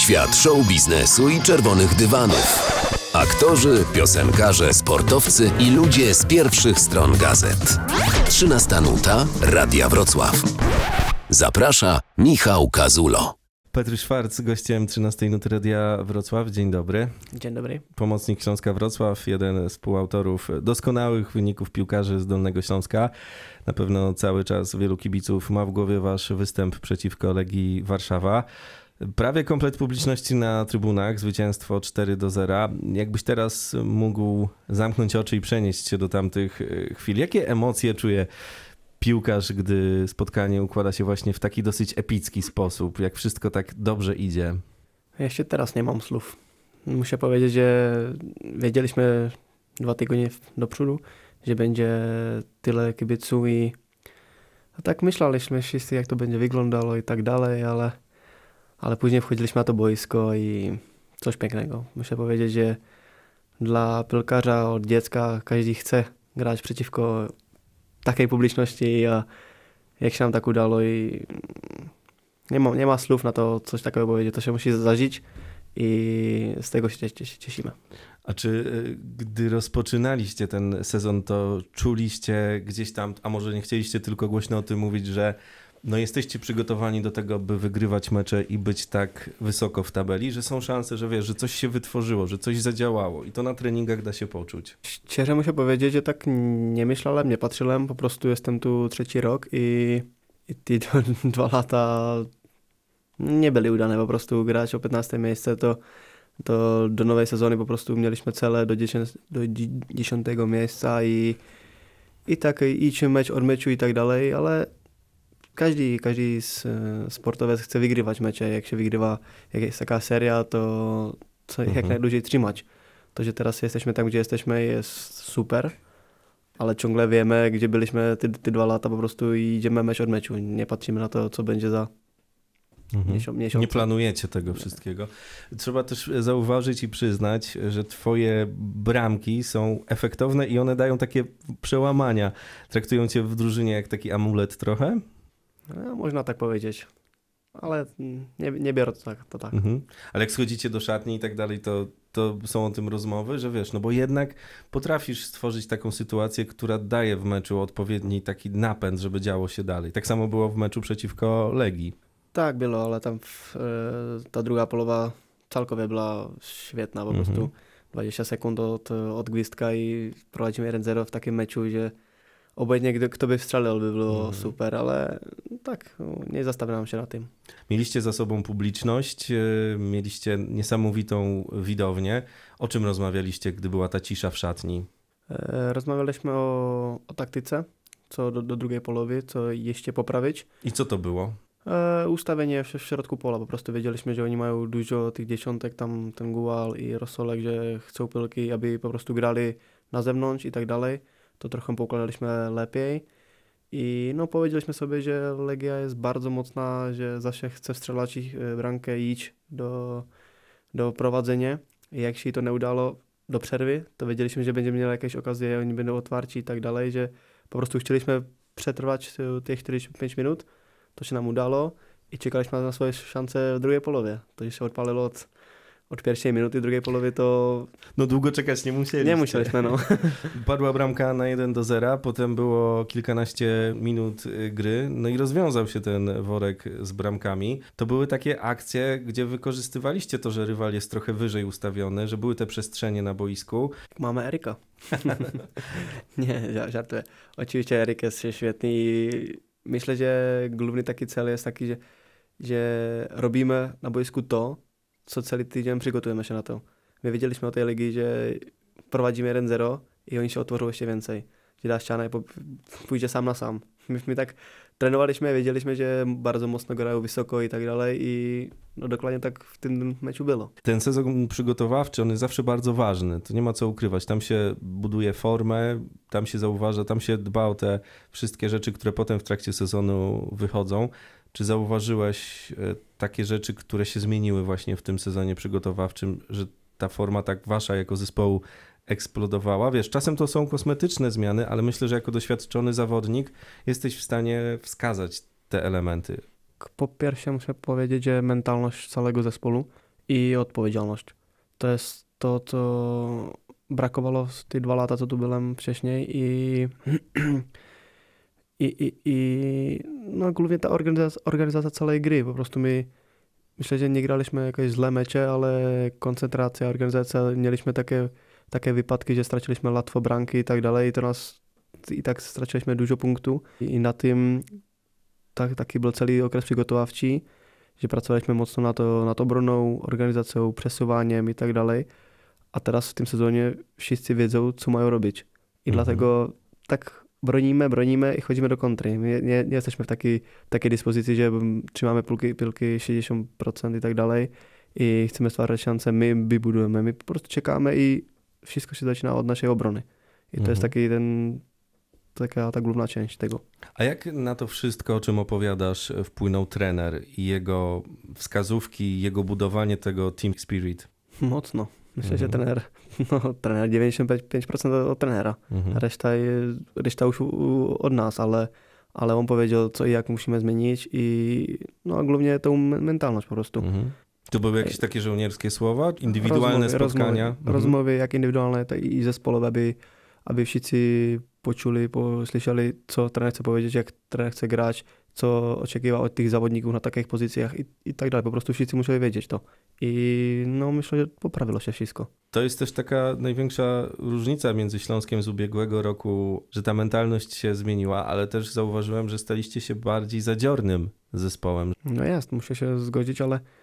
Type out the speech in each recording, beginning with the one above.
Świat show biznesu i czerwonych dywanów. Aktorzy, piosenkarze, sportowcy i ludzie z pierwszych stron gazet. 13 nuta Radia Wrocław. Zaprasza Michał Kazulo. Petr Szwarc, gościem 13 nuty Radia Wrocław. Dzień dobry. Dzień dobry. Pomocnik Śląska Wrocław, jeden z współautorów doskonałych wyników piłkarzy z Dolnego Śląska. Na pewno cały czas wielu kibiców ma w głowie wasz występ przeciwko Legii Warszawa. Prawie komplet publiczności na trybunach, zwycięstwo 4-0. Jakbyś teraz mógł zamknąć oczy i przenieść się do tamtych chwil, jakie emocje czuje piłkarz, gdy spotkanie układa się właśnie w taki dosyć epicki sposób, jak wszystko tak dobrze idzie? Ja jeszcze teraz nie mam słów. Muszę powiedzieć, że wiedzieliśmy 2 tygodnie do przodu, że będzie tyle kibiców i tak myśleliśmy wszyscy, jak to będzie wyglądało i tak dalej, ale później wchodziliśmy na to boisko i coś pięknego. Muszę powiedzieć, że dla piłkarza od dziecka każdy chce grać przeciwko takiej publiczności, a jak się nam tak udało i nie ma słów na to coś takiego powiedzieć, to się musi zażyć i z tego się cieszymy. A czy gdy rozpoczynaliście ten sezon, to czuliście gdzieś tam, a może nie chcieliście tylko głośno o tym mówić, że no jesteście przygotowani do tego, by wygrywać mecze i być tak wysoko w tabeli, że są szanse, że wiesz, że coś się wytworzyło, że coś zadziałało i to na treningach da się poczuć? Szczerze muszę powiedzieć, że tak nie myślałem, nie patrzyłem, po prostu jestem tu 3 rok i te 2 lata nie były udane, po prostu grać o 15 miejsce, to do nowej sezony po prostu mieliśmy cele do 10 miejsca i tak idźmy mecz od meczu i tak dalej, ale każdy sportowiec chce wygrywać mecze. Jak się wygrywa, jak jest taka seria, to jak najdłużej trzymać. To, że teraz jesteśmy tam, gdzie jesteśmy, jest super, ale ciągle wiemy, gdzie byliśmy te 2 lata po prostu i idziemy mecz od meczu. Nie patrzymy na to, co będzie za miesiąc. Nie planujecie tego wszystkiego. Trzeba też zauważyć i przyznać, że twoje bramki są efektowne i one dają takie przełamania. Traktują cię w drużynie jak taki amulet trochę? No, można tak powiedzieć, ale nie biorę to tak. Ale jak schodzicie do szatni i tak dalej, to są o tym rozmowy, że wiesz, no bo jednak potrafisz stworzyć taką sytuację, która daje w meczu odpowiedni taki napęd, żeby działo się dalej. Tak samo było w meczu przeciwko Legii. Tak było, ale tam ta druga połowa całkowicie była świetna, po prostu 20 sekund od gwizdka i prowadzimy 1-0 w takim meczu, gdzie obojętnie kto by strzelał, by było super, ale tak, nie zastanawiam się na tym. Mieliście za sobą publiczność, mieliście niesamowitą widownię. O czym rozmawialiście, gdy była ta cisza w szatni? Rozmawialiśmy o taktyce, co do drugiej połowy, co jeszcze poprawić. I co to było? Ustawienie w środku pola, po prostu wiedzieliśmy, że oni mają dużo tych dziesiątek, tam ten Gual i Rosolek, że chcą piłki, aby po prostu grali na zewnątrz i tak dalej. To trochę poukładaliśmy lepiej i no powiedzieliśmy sobie, że Legia jest bardzo mocna, że zawsze chce strzelać ich bramkę i iść do prowadzenia i jak się to nie udało do przerwy, to wiedzieliśmy, że będziemy mieli jakieś okazje, oni będą otwarci i tak dalej, że po prostu chcieliśmy przetrwać tych 45 minut, to się nam udało i czekaliśmy na swoje szanse w drugiej połowie. To się odpaliło od pierwszej minuty, drugiej połowy to... No długo czekać nie musieliście. Nie musieliśmy, no. Padła bramka na 1-0, potem było kilkanaście minut gry, no i rozwiązał się ten worek z bramkami. To były takie akcje, gdzie wykorzystywaliście to, że rywal jest trochę wyżej ustawiony, że były te przestrzenie na boisku. Mamy Eryka. Nie, żartuję. Oczywiście Eryk jest świetny i myślę, że główny taki cel jest taki, że robimy na boisku to, co cały tydzień przygotujemy się na to. My wiedzieliśmy o tej Legii, że prowadzimy 1-0 i oni się otworzą jeszcze więcej. Że da ściana i pójdzie sam na sam. My tak trenowaliśmy, wiedzieliśmy, że bardzo mocno grają wysoko i tak dalej i no dokładnie tak w tym meczu było. Ten sezon przygotowawczy, on jest zawsze bardzo ważny. To nie ma co ukrywać. Tam się buduje formę, tam się zauważa, tam się dba o te wszystkie rzeczy, które potem w trakcie sezonu wychodzą. Czy zauważyłeś takie rzeczy, które się zmieniły właśnie w tym sezonie przygotowawczym, że ta forma tak wasza jako zespołu eksplodowała? Wiesz, czasem to są kosmetyczne zmiany, ale myślę, że jako doświadczony zawodnik jesteś w stanie wskazać te elementy. Po pierwsze muszę powiedzieć, że mentalność całego zespołu i odpowiedzialność. To jest to, co brakowało z ty 2 lata, co tu byłem wcześniej i no głównie ta organizacja całej gry. Po prostu myślę, że nie graliśmy jakieś złe mecze, ale koncentracja, organizacja, mieliśmy takie wypadki, że straciliśmy łatwo bramki i tak dalej i teraz i tak straciliśmy dużo punktów i na tym taki był cały okres przygotowawczy, że pracowaliśmy mocno nad obroną, organizacją, przesuwaniem i tak dalej, a teraz w tym sezonie wszyscy wiedzą, co mają robić i dlatego tak bronimy i chodzimy do kontry. My nie jesteśmy w takiej dyspozycji, że trzymamy piłki 60% i tak dalej i chcemy stwarzać szanse, my wybudujemy, my po prostu czekamy i wszystko się zaczyna od naszej obrony. I to jest taka ta główna część tego. A jak na to wszystko, o czym opowiadasz, wpłynął trener i jego wskazówki, jego budowanie tego team spirit? Mocno. Myślę, że trener 95% od trenera. Reszta już od nas, ale on powiedział, co i jak musimy zmienić i no głównie tą mentalność po prostu. To były jakieś takie żołnierskie słowa? Indywidualne spotkania? Rozmowy jak indywidualne i zespołowe, aby wszyscy poczuli, słyszeli, co trener chce powiedzieć, jak trener chce grać, co oczekiwał od tych zawodników na takich pozycjach i tak dalej. Po prostu wszyscy musieli wiedzieć to. I no myślę, że poprawiło się wszystko. To jest też taka największa różnica między Śląskiem z ubiegłego roku, że ta mentalność się zmieniła, ale też zauważyłem, że staliście się bardziej zadziornym zespołem. No jest, muszę się zgodzić,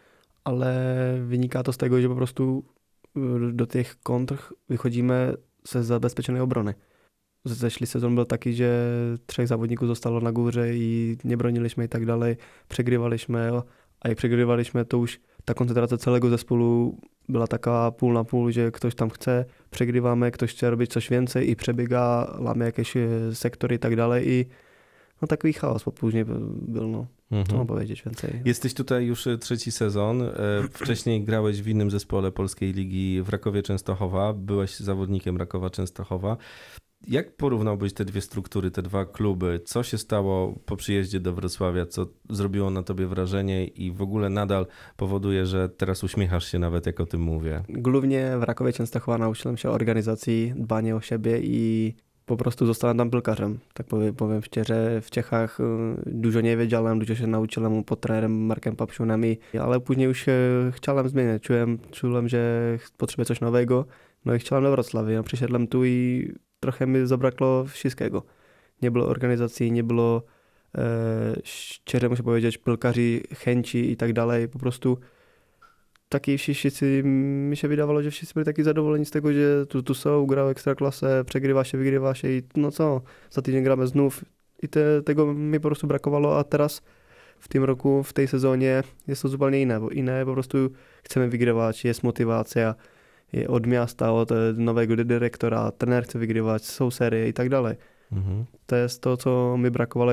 ale wynika to z tego, że po prostu do tych kontr wychodzimy ze zabezpieczonej obrony. Zeszły sezon był taki, że 3 zawodników zostało na górze i nie broniliśmy i tak dalej. Przegrywaliśmy, a jak przegrywaliśmy, to już ta koncentracja całego zespołu była taka pół na pół, że ktoś tam chce, przegrywamy, ktoś chce robić coś więcej i przebiega, mamy jakieś sektory i tak dalej i no taki chaos później był, no. Co mam powiedzieć więcej? Jesteś tutaj już 3. sezon. Wcześniej grałeś w innym zespole Polskiej Ligi w Rakowie Częstochowa. Byłeś zawodnikiem Rakowa Częstochowa. Jak porównałbyś te 2 struktury, te 2 kluby? Co się stało po przyjeździe do Wrocławia? Co zrobiło na tobie wrażenie i w ogóle nadal powoduje, że teraz uśmiechasz się nawet jak o tym mówię? Głównie w Rakowie Częstochowa nauczyłem się organizacji, dbania o siebie i po prostu zostałem tam piłkarzem. Tak powiem szczerze, w Czechach dużo nie wiedziałem, dużo się nauczyłem pod trenerem Markiem Papsiunem, ale później już chciałem zmieniać. Czułem, że potrzebuję coś nowego, no i chciałem do Wrocławia. Ja przyszedłem tu i trochę mi zabrakło wszystkiego. Nie było organizacji, nie było, szczerze muszę powiedzieć, piłkarzy, chęci i tak dalej. Po prostu taki wszyscy, mi się wydawało, że wszyscy byli taki zadowoleni z tego, że tu są, grał ekstraklasę, przegrywa się, wygrywa się i no co, za tydzień gramy znów i tego mi po prostu brakowało, a teraz w tym roku, w tej sezonie jest to zupełnie inne, bo po prostu chcemy wygrywać, jest motywacja od miasta, od nowego dyrektora, trener chce wygrywać, są serie i tak dalej. To jest to, co mi brakowało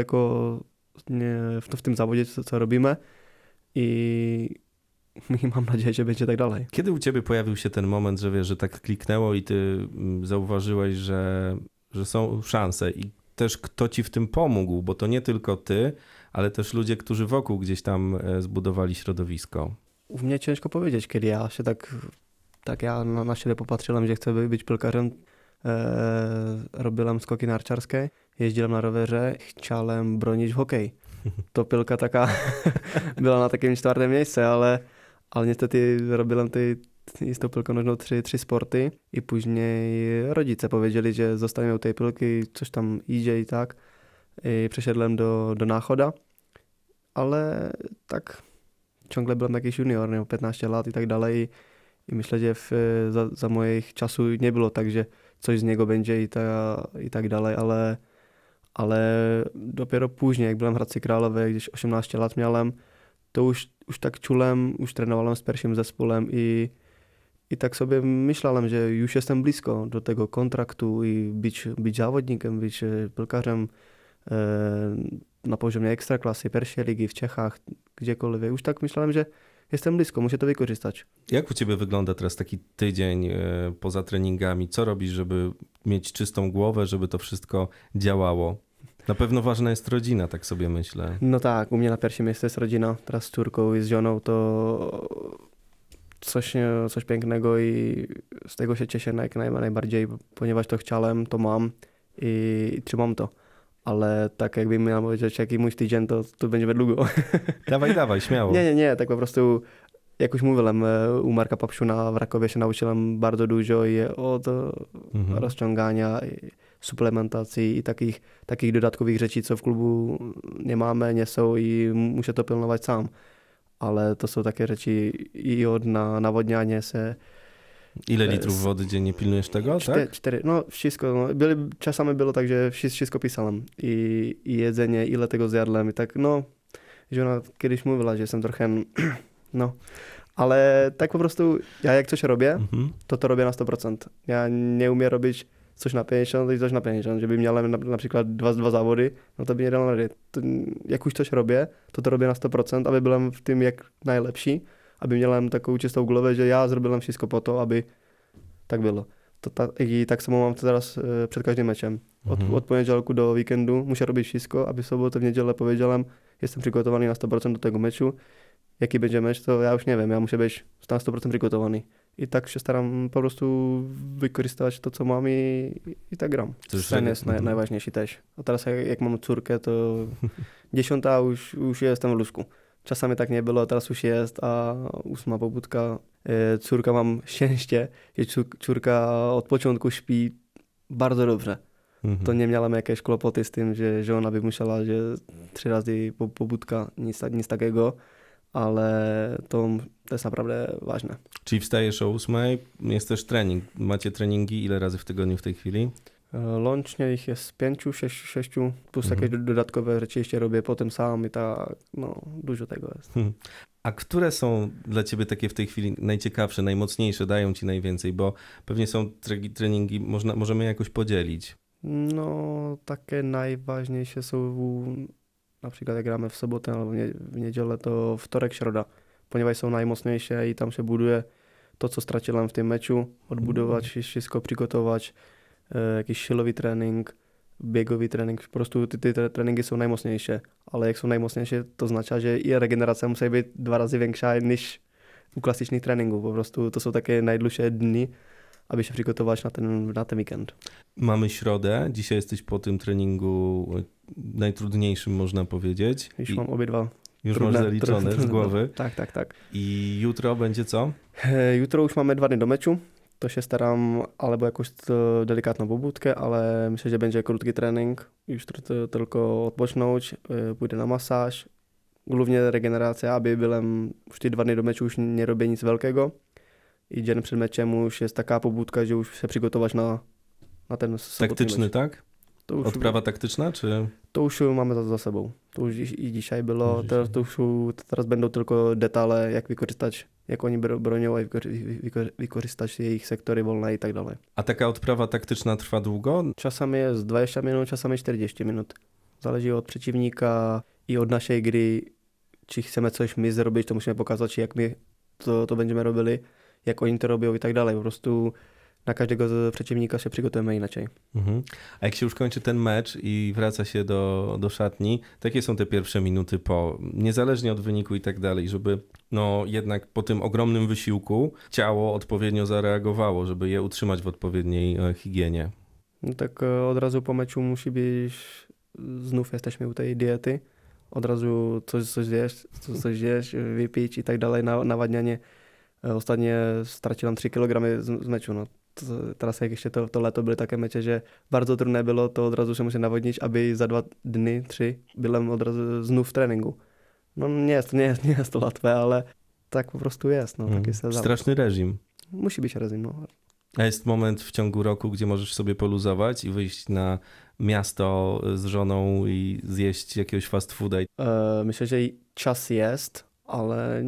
w tym zawodzie, co robimy i mam nadzieję, że będzie tak dalej. Kiedy u ciebie pojawił się ten moment, że wiesz, że tak kliknęło i ty zauważyłeś, że są szanse i też kto ci w tym pomógł, bo to nie tylko ty, ale też ludzie, którzy wokół gdzieś tam zbudowali środowisko? U mnie ciężko powiedzieć, kiedy ja się tak ja na siebie popatrzyłem, że chcę być piłkarzem. Robiłem skoki narciarskie, jeździłem na rowerze, chciałem bronić w hokeju. To piłka taka była na takim 4. miejscu, ale niestety robiłem z tą piłką nożną 3 sporty i później rodzice powiedzieli, że zostawiam tej piłki, coś tam idzie i tak. I przeszedłem do Náchoda, ale tak ciągle byłem jakiś junior, miał 15 lat i tak dalej. I myślę, że za moich czasów nie było tak, że coś z niego będzie i tak dalej, ale dopiero później, jak byłem w Hradci Králové, gdzieś 18 lat miałem, to już tak czułem, już trenowałem z pierwszym zespołem i tak sobie myślałem, że już jestem blisko do tego kontraktu i być zawodnikiem, być piłkarzem na poziomie ekstraklasy, pierwszej ligi w Czechach, gdziekolwiek. Już tak myślałem, że jestem blisko, muszę to wykorzystać. Jak u ciebie wygląda teraz taki tydzień poza treningami? Co robisz, żeby mieć czystą głowę, żeby to wszystko działało? Na pewno ważna jest rodzina, tak sobie myślę. No tak, u mnie na pierwszym miejscu jest rodzina. Teraz z córką i z żoną coś pięknego i z tego się cieszę najbardziej, ponieważ to chciałem, to mam i trzymam to. Ale tak jakby miał powiedzieć, jaki mój tydzień, to będzie długo. Dawaj, śmiało. Nie, tak po prostu jak już mówiłem, u Marka Papszuna w Rakowie się nauczyłem bardzo dużo i od rozciągania, i suplementacji i takich dodatkowych rzeczy, co w klubu nie mamy, nie są i muszę to pilnować sam. Ale to są takie rzeczy i od nawodnianie się. Ile litrów wody dziennie pilnujesz tego, tak? 4, no wszystko. No, czasami było tak, że wszystko pisałem i jedzenie, ile tego zjadłem i tak, no, żona kiedyś mówiła, że jestem trochę, no, ale tak po prostu, ja jak coś robię, to robię na 100%. Ja nie umiem robić coś na 50 i coś na 50. Żeby miałem na przykład dwa zawody, no to by nie dało rady. Jak już coś robię, to robię na 100%, aby byłem w tym jak najlepszy, aby miałem taką czystą głowę, że ja zrobiłem wszystko po to, aby tak było. I tak samo mam to teraz przed każdym meczem. Od poniedziałku do weekendu muszę robić wszystko, aby w sobotę, w niedzielę powiedziałem, jestem przygotowany na 100% do tego meczu. Jaki będzie mecz, to ja już nie wiem, ja muszę być na 100% przygotowany. I tak się staram po prostu wykorzystać to, co mam i tak gram. Sen jest najważniejszy też. A teraz jak mam córkę, to 10 już jestem w łóżku. Czasami tak nie było, teraz już jest, a 8 pobudka. Córka mam szczęście, że córka od początku śpi bardzo dobrze. To nie miałem jakieś kłopoty z tym, że ona by musiała, że 3 razy pobudka, nic takiego. Ale to jest naprawdę ważne. Czyli wstajesz o 8, jest też trening. Macie treningi ile razy w tygodniu w tej chwili? Łącznie ich jest 5, 6, plus jakieś dodatkowe rzeczy jeszcze robię potem sam i tak, no dużo tego jest. A które są dla ciebie takie w tej chwili najciekawsze, najmocniejsze, dają ci najwięcej? Bo pewnie są treningi, możemy jakoś podzielić. No takie najważniejsze są na przykład jak gramy w sobotę albo w niedzielę, to wtorek, środa, ponieważ są najmocniejsze i tam się buduje to, co straciłem w tym meczu, odbudować wszystko, przygotować, jakiś siłowy trening, biegowy trening, po prostu te treningi są najmocniejsze, ale jak są najmocniejsze, to znaczy, że i regeneracja musi być 2 razy większa niż u klasycznych treningów, po prostu to są takie najdłuższe dni, aby się przygotować na ten weekend. Mamy środę, dzisiaj jesteś po tym treningu najtrudniejszym, można powiedzieć. Już mam obydwa. Już masz zaliczone z głowy. Tak. I jutro będzie co? Jutro już mamy 2 dni do meczu. To się staram albo jakąś delikatną pobudkę, ale myślę, że będzie krótki trening. Już tylko odpocząć, pójdę na masaż. Głównie regeneracja, aby byłem już te 2 dni do meczu, już nie robię nic wielkiego. I dzień przed meczem już jest taka pobudka, że już się przygotować na ten sobotni taktyczny, mecz. tak? Odprawa taktyczna, czy? To już mamy za sobą. To już i dzisiaj było. Teraz będą tylko detale, jak wykorzystać, jak oni bronią i wykorzystać ich sektory wolne i tak dalej. A taka odprawa taktyczna trwa długo? Czasami jest 20 minut, czasami 40 minut. Zależy od przeciwnika i od naszej gry. Czy chcemy coś my zrobić, to musimy pokazać, jak my to będziemy robili, jak oni to robią i tak dalej. Po prostu na każdego przeciwnika się przygotujemy inaczej. A jak się już kończy ten mecz i wraca się do szatni, to jakie są te pierwsze minuty niezależnie od wyniku i tak dalej, żeby jednak po tym ogromnym wysiłku ciało odpowiednio zareagowało, żeby je utrzymać w odpowiedniej higienie? No tak od razu po meczu musi być, znów jesteśmy u tej diety, od razu coś zjeść, wypić i tak dalej, nawadnianie. Ostatnio straciłem 3 kg z meczu. No. Teraz jak jeszcze to lato były takie mecze, że bardzo trudne było, to od razu się muszę nawodnić, aby za 2 dni, 3 byłem od razu znów w treningu. No nie jest to łatwe, ale tak po prostu jest. No, tak jest straszny reżim. Musi być reżim, no. A jest moment w ciągu roku, gdzie możesz sobie poluzować i wyjść na miasto z żoną i zjeść jakiegoś fast fooda? Myślę, że czas jest, ale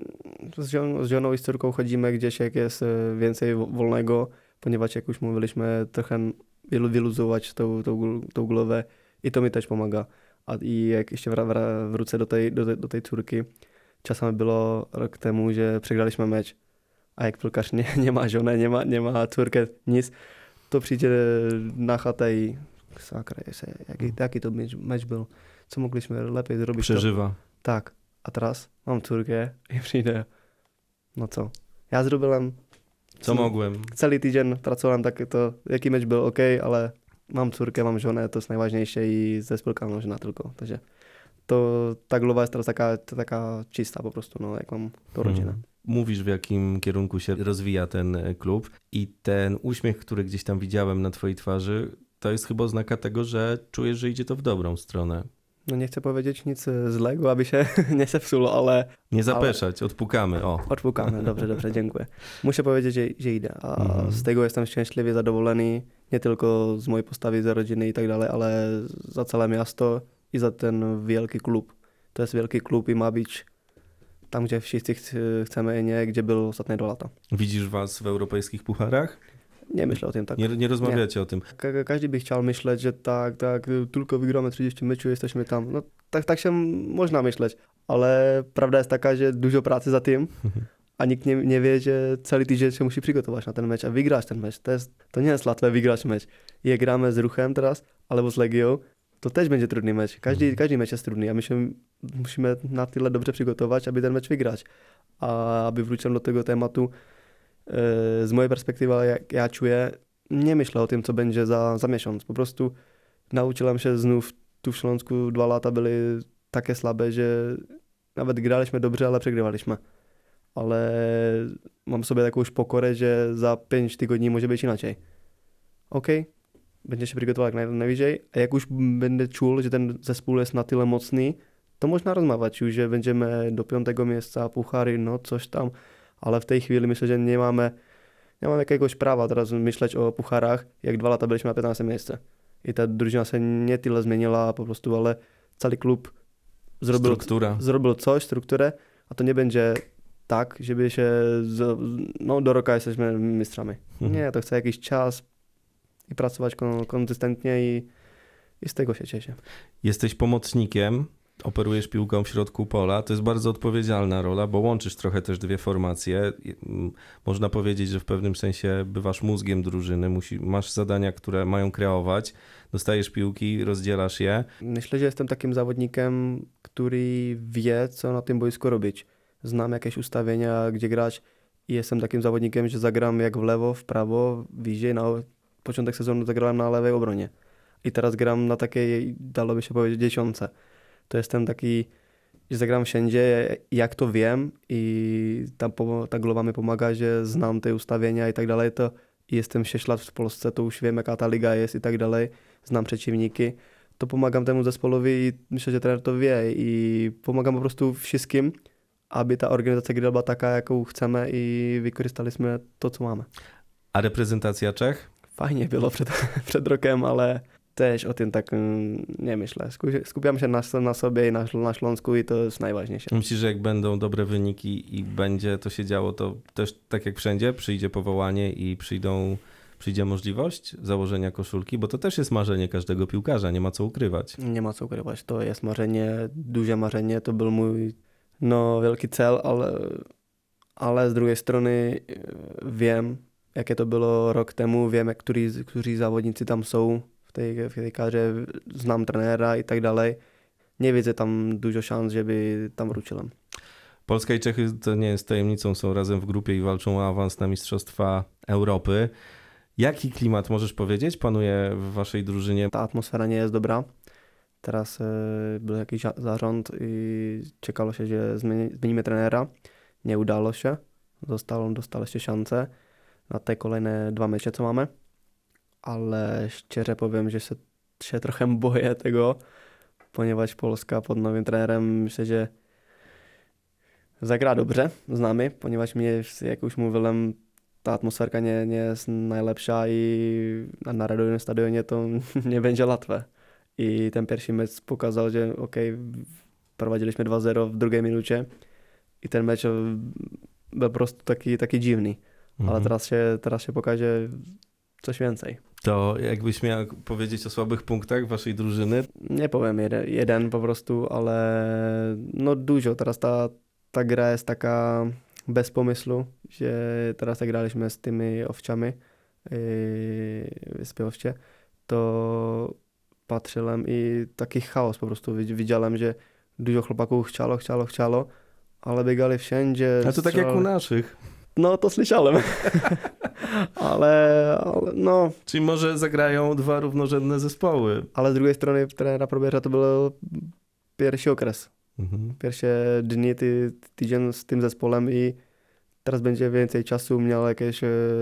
z żoną i z córką chodzimy gdzieś, jak jest więcej wolnego, ponieważ jak już mówiliśmy, trochę wyluzować tą głowę i to mi też pomaga. I jak jeszcze wrócę do tej córki, czasami było rok temu, że przegraliśmy mecz, a jak piłkarz nie ma żonę, nie ma córkę, nic, to przyjdzie na chatę i sakra, jaki to mecz był, co mogliśmy lepiej zrobić. Przeżywa. Tak. A teraz mam córkę i przyjdę, no co, Ja zrobiłem... Co mogłem? Celý týden pracovałem tak, to, jaký meč byl OK, ale mám córkę, mám žonę, to jest najważniejsze i ze spolkám možná tylko. Takže ta głowa jest teraz taka czysta po prostu, no, jak mam tą rodzinę. Mówisz, w jakim kierunku się rozwija ten klub i ten uśmiech, który gdzieś tam widziałem na twojej twarzy, to jest chyba oznaka tego, że czujesz, że idzie to w dobrą stronę. No nie chcę powiedzieć nic złego, aby się nie zepsuło, ale... Nie zapeszać, odpukamy, o. Odpukamy, dobrze, dziękuję. Muszę powiedzieć, że idę, a z tego jestem szczęśliwie zadowolony, nie tylko z mojej postawy, za rodziny i tak dalej, ale za całe miasto i za ten wielki klub. To jest wielki klub i ma być tam, gdzie wszyscy chcemy, nie gdzie był ostatnie 2 lata. Widzisz was w europejskich pucharach? Nie myślę o tym tak. Nie rozmawiacie o tym. Każdy by chciał myśleć, że tak, tylko wygramy 30 meczów, jesteśmy tam. No tak się można myśleć, ale prawda jest taka, że dużo pracy za tym, a nikt nie wie, że cały tydzień się musi przygotować na ten mecz, a wygrać ten mecz. To nie jest łatwe wygrać mecz. Jak gramy z Ruchem teraz, albo z Legią, to też będzie trudny mecz. Każdy mecz jest trudny, a my się musimy na tyle dobrze przygotować, aby ten mecz wygrać. A aby wrócić do tego tematu, z mojej perspektywy, jak ja czuję, nie myślę o tym, co będzie za miesiąc. Po prostu nauczyłem się znów, tu w Śląsku 2 lata były takie słabe, że nawet graliśmy dobrze, ale przegrywaliśmy. Ale mam sobie jakąś pokorę, że za 5 tygodni może być inaczej. Okej, będzie się przygotować najwyżej, a jak już będę czuł, że ten zespół jest na tyle mocny, to można rozmawiać już, że będziemy do 5. miejsca, puchary, no coś tam. Ale w tej chwili myślę, że nie mamy jakiegoś prawa teraz myśleć o pucharach, jak 2 lata byliśmy na 15 miejsce. I ta drużyna się nie tyle zmieniła po prostu, ale cały klub zrobił coś, strukturę, a to nie będzie tak, żeby się, do roka jesteśmy mistrzami. Nie, to chce jakiś czas i pracować konsystentnie i z tego się cieszę. Jesteś pomocnikiem, operujesz piłką w środku pola. To jest bardzo odpowiedzialna rola, bo łączysz trochę też 2 formacje. Można powiedzieć, że w pewnym sensie bywasz mózgiem drużyny. Masz zadania, które mają kreować. Dostajesz piłki, rozdzielasz je. Myślę, że jestem takim zawodnikiem, który wie, co na tym boisku robić. Znam jakieś ustawienia, gdzie grać i jestem takim zawodnikiem, że zagram jak w lewo, w prawo, wyjdzie. Na początek sezonu zagrałem na lewej obronie. I teraz gram na takiej, dałoby się powiedzieć, 10. To jestem taki, że zagram wszędzie, jak to wiem i ta głowa mi pomaga, że znam te ustawienia i tak dalej, to jestem 6 lat w Polsce, to już wiem, jaka ta liga jest i tak dalej, znam przeciwniki, to pomagam temu zespołowi i myślę, że trener to wie i pomagam po prostu wszystkim, aby ta organizacja gry była taka, jaką chcemy i wykorzystaliśmy to, co mamy. A reprezentacja Czech? Fajnie było przed rokiem, ale też o tym tak nie myślę. Skupiam się na sobie i na Śląsku i to jest najważniejsze. Myślisz, że jak będą dobre wyniki i będzie to się działo, to też tak jak wszędzie przyjdzie powołanie i przyjdzie możliwość założenia koszulki, bo to też jest marzenie każdego piłkarza, nie ma co ukrywać. Nie ma co ukrywać, to jest marzenie, duże marzenie, to był mój wielki cel, ale z drugiej strony wiem, jakie to było rok temu, wiem, którzy zawodnicy tam są w tej kadrze, znam trenera i tak dalej. Nie widzę tam dużo szans, żeby tam wróciłem. Polska i Czechy, to nie jest tajemnicą, są razem w grupie i walczą o awans na Mistrzostwa Europy. Jaki klimat, możesz powiedzieć, panuje w waszej drużynie? Ta atmosfera nie jest dobra. Teraz był jakiś zarząd i czekało się, że zmienimy trenera. Nie udało się. Dostaliście się szansę na te kolejne 2 mecze, co mamy. Ale szczerze powiem, że się trochę boję tego, ponieważ Polska pod nowym trenerem myślę, że zagra dobrze z nami, ponieważ mnie, jak już mówiłem, ta atmosferka nie jest najlepsza i na Narodowym Stadionie to nie będzie łatwe. I ten pierwszy mecz pokazał, że prowadziliśmy 2-0 w drugiej minucie i ten mecz był po prostu taki dziwny. Ale teraz się pokaże coś więcej. To jakbyś miał powiedzieć o słabych punktach waszej drużyny? Nie powiem jeden po prostu, ale dużo. Teraz ta gra jest taka bez pomysłu, że teraz jak graliśmy z tymi owciami w Owcie, to patrzyłem i taki chaos po prostu widziałem, że dużo chłopaków chciało, ale biegali wszędzie. A to tak jak u naszych. No to słyszałem. ale no... Czyli może zagrają 2 równorzędne zespoły. Ale z drugiej strony trenera Probierza to był pierwszy okres. Mhm. Pierwsze dni, tydzień z tym zespołem i teraz będzie więcej czasu, miał jakieś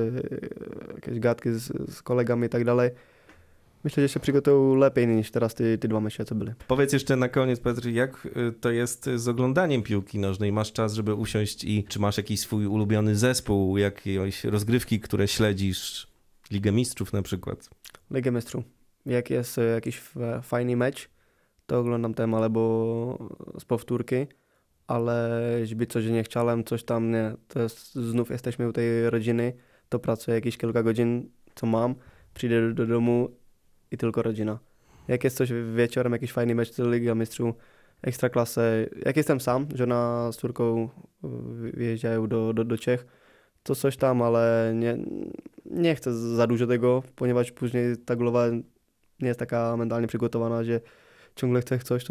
gadki z kolegami i tak dalej. Myślę, że się przygotował lepiej niż teraz te 2 miesiące były. Powiedz jeszcze na koniec, Petr, jak to jest z oglądaniem piłki nożnej? Masz czas, żeby usiąść i czy masz jakiś swój ulubiony zespół, jakieś rozgrywki, które śledzisz? Ligę Mistrzów na przykład. Ligę Mistrzów. Jak jest jakiś fajny mecz, to oglądam tam albo z powtórki, ale żeby coś nie chciałem, coś tam nie. To jest, znów jesteśmy u tej rodziny, to pracuję jakieś kilka godzin, co mam, przyjdę do domu i tylko rodzina. Jak jest coś wieczorem, jakiś fajny mecz, to Liga Mistrzów, Ekstraklasę. Jak jestem sam, żona z córką wyjeżdżają do Czech, to coś tam, ale nie chcę za dużo tego, ponieważ później ta głowa nie jest taka mentalnie przygotowana, że ciągle chcę coś,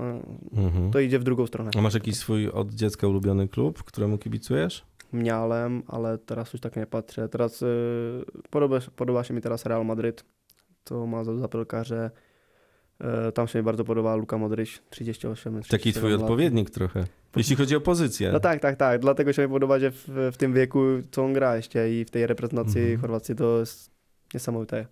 to idzie w drugą stronę. A masz jakiś swój od dziecka ulubiony klub, któremu kibicujesz? Miałem, ale teraz już tak nie patrzę. Teraz podoba się mi teraz Real Madryt. To ma za piłkarze. Tam się mi bardzo podoba Luka Modrić, 38. Taki twój odpowiednik trochę, jeśli chodzi o pozycję. No tak. Dlatego się mi podoba, że w tym wieku, co on gra jeszcze i w tej reprezentacji Chorwacji to jest niesamowite.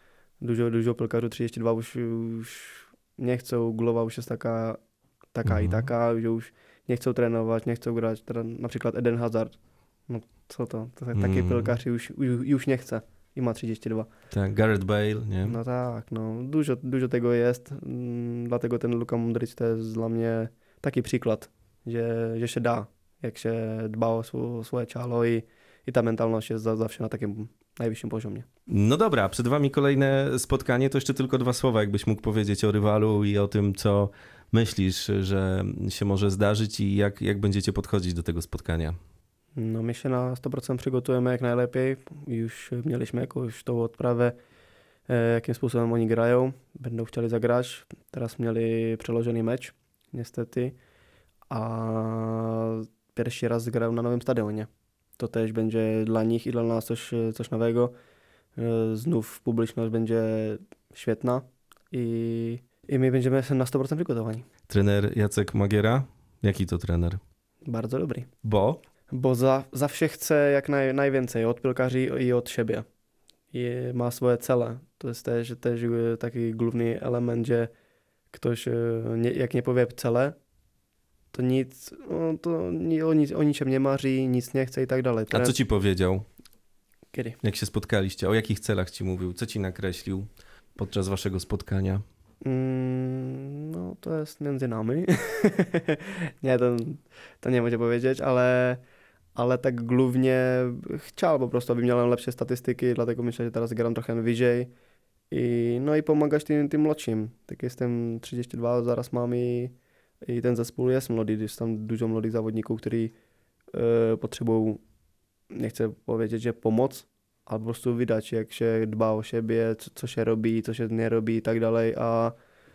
Dużo piłkarzy 32 już nie chcą, głowa już jest taka i taka, już nie chcą trenować, nie chcą grać. Teraz na przykład Eden Hazard, no co to taki piłkarz już nie chce i ma 32. Tak, Gareth Bale, nie? No tak, no dużo tego jest, dlatego ten Luka Modrić to jest dla mnie taki przykład, że się da, jak się dba o swoje ciało i ta mentalność jest zawsze na takim najwyższym poziomie. No dobra, przed wami kolejne spotkanie, to jeszcze tylko 2 słowa, jakbyś mógł powiedzieć o rywalu i o tym, co myślisz, że się może zdarzyć i jak będziecie podchodzić do tego spotkania. No my się na 100% przygotujemy jak najlepiej. Już mieliśmy jakąś tą odprawę, jakim sposobem oni grają. Będą chcieli zagrać. Teraz mieli przełożony mecz, niestety. A pierwszy raz grają na nowym stadionie. To też będzie dla nich i dla nas coś nowego. Znów publiczność będzie świetna i my będziemy na 100% przygotowani. Trener Jacek Magiera? Jaki to trener? Bardzo dobry. Bo Zawsze chce jak najwięcej od piłkarzy i od siebie. I ma swoje cele. To jest też taki główny element, że ktoś jak nie powie cele, to nic, o niczym nie marzy, nic nie chce i tak dalej. A co ci powiedział? Kiedy? Jak się spotkaliście? O jakich celach ci mówił? Co ci nakreślił podczas waszego spotkania? No to jest między nami. Nie, to nie mogę powiedzieć, ale tak głównie chciał po prostu, aby miałem lepsze statystyki, dlatego myślę, że teraz gram trochę wyżej i pomagać tym młodszym. Tak jestem 32, zaraz mam i ten zespół jest młody, jest tam dużo młodych zawodników, którzy potrzebują, nie chcę powiedzieć, że pomoc, ale po prostu widać, jak się dba o siebie, co się robi, co się nie robi i tak dalej, a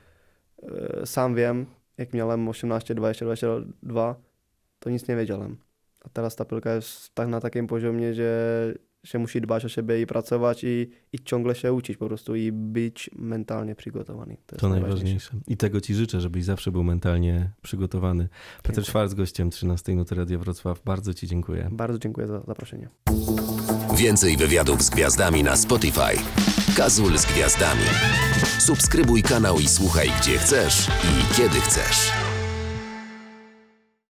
sam wiem, jak miałem 18, 20, 22, to nic nie wiedziałem. A teraz ta piłka jest tak na takim poziomie, że się musi dbać o siebie i pracować i ciągle się uczyć po prostu i być mentalnie przygotowany. To najważniejsze. I tego ci życzę, żebyś zawsze był mentalnie przygotowany. Petr Szwarc, gościem 13 Nuty Radia Wrocław. Bardzo ci dziękuję. Bardzo dziękuję za zaproszenie. Więcej wywiadów z gwiazdami na Spotify. Kazul z gwiazdami. Subskrybuj kanał i słuchaj gdzie chcesz i kiedy chcesz.